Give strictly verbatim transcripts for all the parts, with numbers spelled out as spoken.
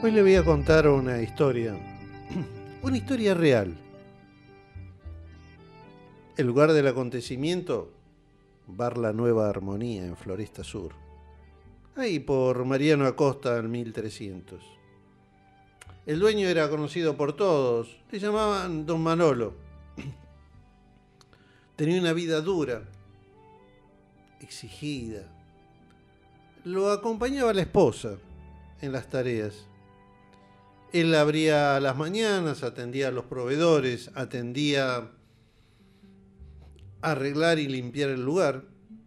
Hoy le voy a contar una historia, una historia real. El lugar del acontecimiento, Bar La Nueva Armonía en Floresta Sur. Ahí por Mariano Acosta al mil trescientos. El dueño era conocido por todos, le llamaban Don Manolo. Tenía una vida dura, exigida. Lo acompañaba la esposa en las tareas. Él abría las mañanas, atendía a los proveedores, atendía a arreglar y limpiar el lugar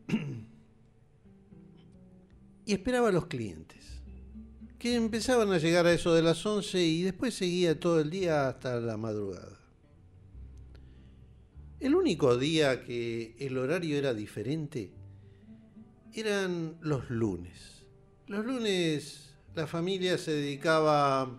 y esperaba a los clientes, que empezaban a llegar a eso de las once y después seguía todo el día hasta la madrugada. El único día que el horario era diferente eran los lunes. Los lunes la familia se dedicaba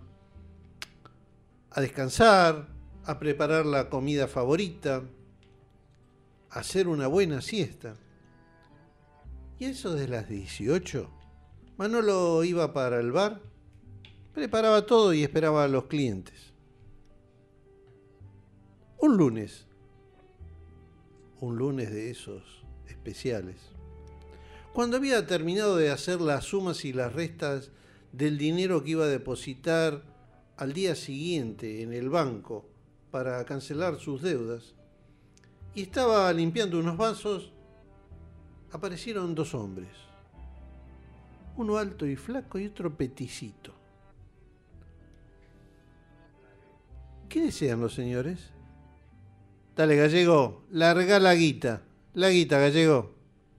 a descansar, a preparar la comida favorita, a hacer una buena siesta. Y eso de las dieciocho, Manolo iba para el bar, preparaba todo y esperaba a los clientes. Un lunes, un lunes de esos especiales, cuando había terminado de hacer las sumas y las restas del dinero que iba a depositar al día siguiente en el banco para cancelar sus deudas, y estaba limpiando unos vasos, aparecieron dos hombres, uno alto y flaco y otro peticito. ¿Qué desean los señores? Dale, Gallego, larga la guita, la guita, Gallego.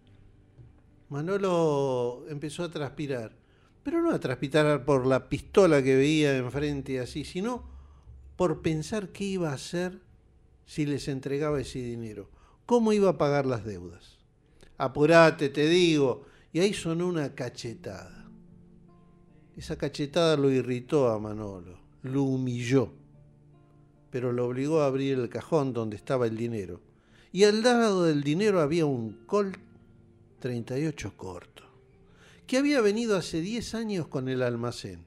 Manolo empezó a transpirar, pero no a transpirar por la pistola que veía enfrente así, sino por pensar qué iba a hacer si les entregaba ese dinero, cómo iba a pagar las deudas. Apurate, te digo. Y ahí sonó una cachetada. Esa cachetada lo irritó a Manolo, lo humilló, pero lo obligó a abrir el cajón donde estaba el dinero. Y al lado del dinero había un Colt treinta y ocho corto, que había venido hace diez años con el almacén.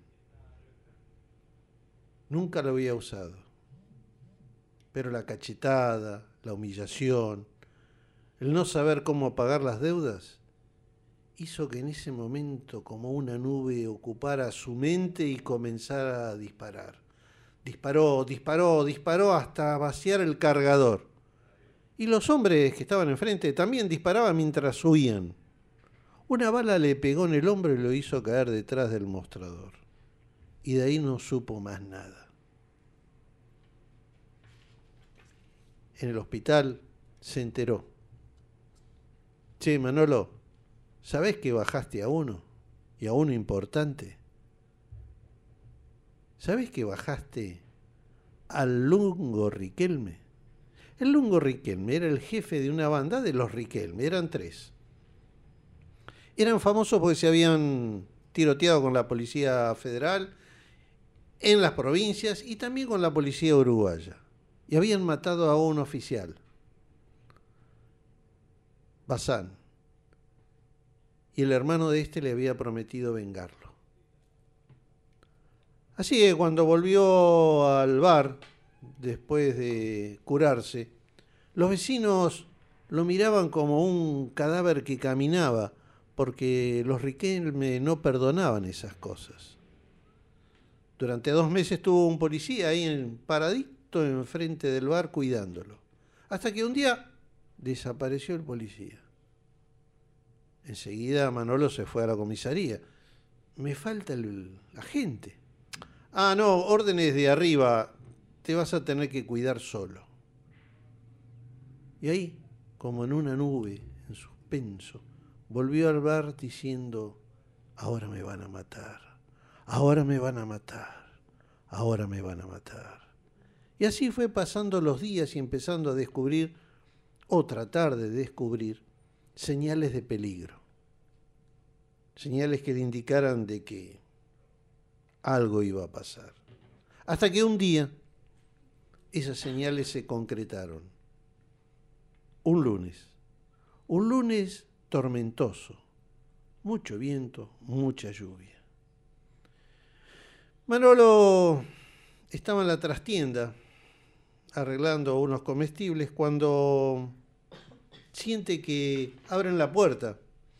Nunca lo había usado. Pero la cachetada, la humillación, el no saber cómo pagar las deudas, hizo que en ese momento como una nube ocupara su mente y comenzara a disparar. Disparó, disparó, disparó hasta vaciar el cargador. Y los hombres que estaban enfrente también disparaban mientras huían. Una bala le pegó en el hombro y lo hizo caer detrás del mostrador. Y de ahí no supo más nada. En el hospital se enteró. Che, Manolo, ¿sabés que bajaste a uno? Y a uno importante. ¿Sabés que bajaste al Lungo Riquelme? El Lungo Riquelme era el jefe de una banda de los Riquelme, eran tres. Eran famosos porque se habían tiroteado con la Policía Federal en las provincias y también con la Policía Uruguaya. Y habían matado a un oficial, Bazán. Y el hermano de este le había prometido vengarlo. Así que cuando volvió al bar, después de curarse, los vecinos lo miraban como un cadáver que caminaba, porque los Riquelme no perdonaban esas cosas. Durante dos meses tuvo un policía ahí en paradito enfrente del bar cuidándolo. Hasta que un día desapareció el policía. Enseguida Manolo se fue a la comisaría. Me falta el agente. Ah, no, órdenes de arriba. Te vas a tener que cuidar solo. Y ahí, como en una nube, en suspenso, volvió al bar diciendo: ahora me van a matar, ahora me van a matar, ahora me van a matar. Y así fue pasando los días y empezando a descubrir, o tratar de descubrir, señales de peligro. Señales que le indicaran de que algo iba a pasar. Hasta que un día esas señales se concretaron. Un lunes. Un lunes tormentoso. Mucho viento, mucha lluvia. Manolo estaba en la trastienda arreglando unos comestibles cuando siente que abren la puerta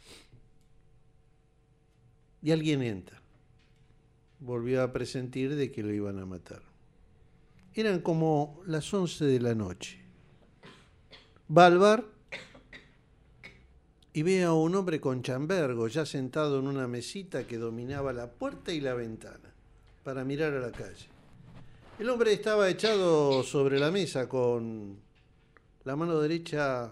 y alguien entra. Volvió a presentir de que lo iban a matar. Eran como las once de la noche. Va al bar y ve a un hombre con chambergo ya sentado en una mesita que dominaba la puerta y la ventana para mirar a la calle. El hombre estaba echado sobre la mesa con la mano derecha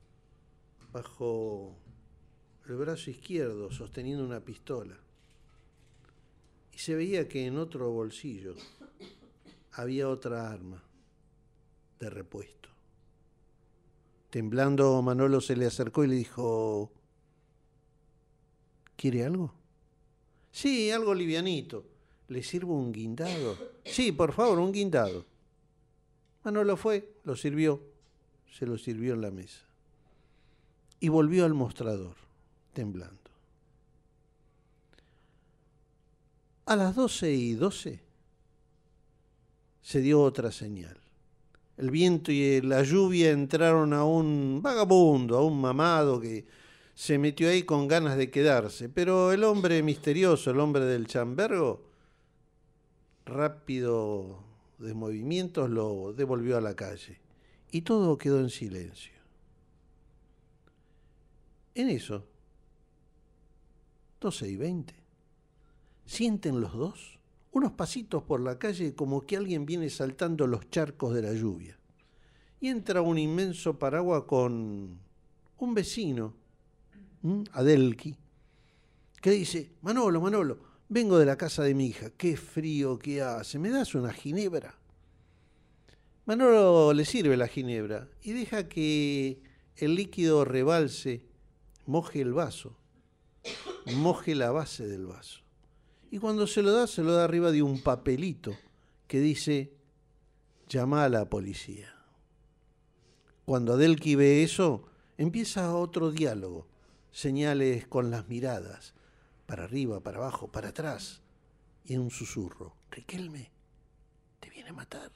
bajo el brazo izquierdo, sosteniendo una pistola. Y se veía que en otro bolsillo había otra arma de repuesto. Temblando, Manolo se le acercó y le dijo: ¿quiere algo? Sí, algo livianito. ¿Le sirvo un guindado? Sí, por favor, un guindado. Manolo fue, lo sirvió, se lo sirvió en la mesa. Y volvió al mostrador, temblando. A las doce y doce se dio otra señal. El viento y la lluvia entraron a un vagabundo, a un mamado que se metió ahí con ganas de quedarse. Pero el hombre misterioso, el hombre del chambergo, rápido de movimientos, lo devolvió a la calle. Y todo quedó en silencio. En eso, doce y veinte, sienten los dos unos pasitos por la calle como que alguien viene saltando los charcos de la lluvia. Y entra un inmenso paraguas con un vecino, ¿m? Adelki, que dice: Manolo, Manolo, vengo de la casa de mi hija, qué frío que hace, ¿me das una ginebra? Manolo le sirve la ginebra y deja que el líquido rebalse, moje el vaso, moje la base del vaso. Y cuando se lo da, se lo da arriba de un papelito que dice: llama a la policía. Cuando Adelki ve eso, empieza otro diálogo, señales con las miradas, para arriba, para abajo, para atrás, y en un susurro: Riquelme, te viene a matar.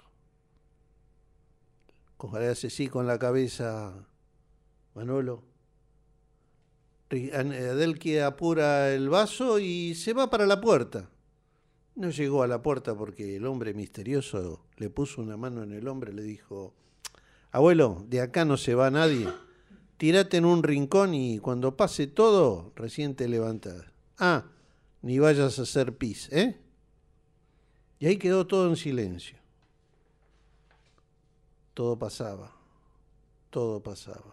Ojalá hace sí con la cabeza Manolo. Adelki apura el vaso y se va para la puerta. No llegó a la puerta porque el hombre misterioso le puso una mano en el hombro y le dijo: abuelo, de acá no se va nadie. Tírate en un rincón y cuando pase todo, recién te levantás. Ah, ni vayas a hacer pis, ¿eh? Y ahí quedó todo en silencio. Todo pasaba, todo pasaba.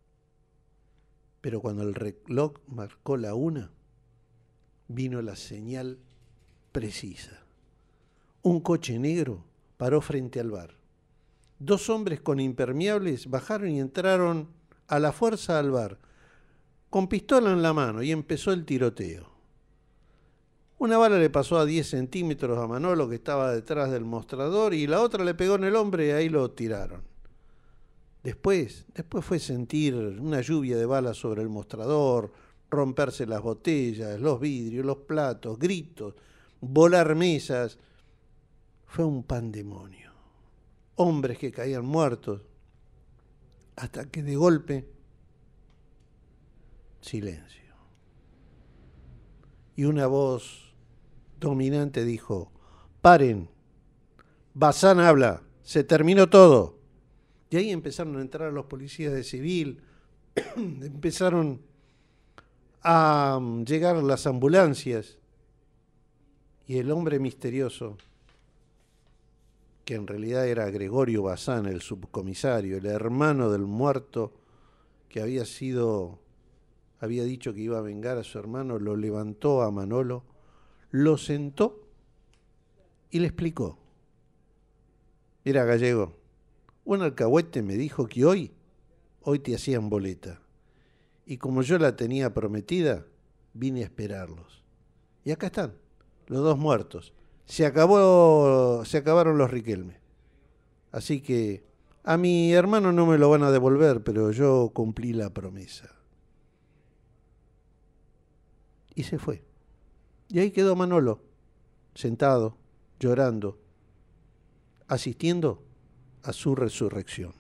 Pero cuando el reloj marcó la una, vino la señal precisa. Un coche negro paró frente al bar. Dos hombres con impermeables bajaron y entraron a la fuerza al bar, con pistola en la mano, y empezó el tiroteo. Una bala le pasó a diez centímetros a Manolo, que estaba detrás del mostrador, y la otra le pegó en el hombro y ahí lo tiraron. Después, después fue sentir una lluvia de balas sobre el mostrador, romperse las botellas, los vidrios, los platos, gritos, volar mesas. Fue un pandemonio. Hombres que caían muertos, hasta que de golpe, silencio. Y una voz dominante dijo: paren, Bazán habla, se terminó todo. Y ahí empezaron a entrar los policías de civil, empezaron a llegar las ambulancias, y el hombre misterioso, que en realidad era Gregorio Bazán, el subcomisario, el hermano del muerto que había sido, había dicho que iba a vengar a su hermano, lo levantó a Manolo, lo sentó y le explicó: mira, Gallego, un alcahuete me dijo que hoy, hoy te hacían boleta. Y como yo la tenía prometida, vine a esperarlos. Y acá están, los dos muertos. Se acabó, se acabaron los Riquelme. Así que a mi hermano no me lo van a devolver, pero yo cumplí la promesa. Y se fue. Y ahí quedó Manolo, sentado, llorando, asistiendo a su resurrección.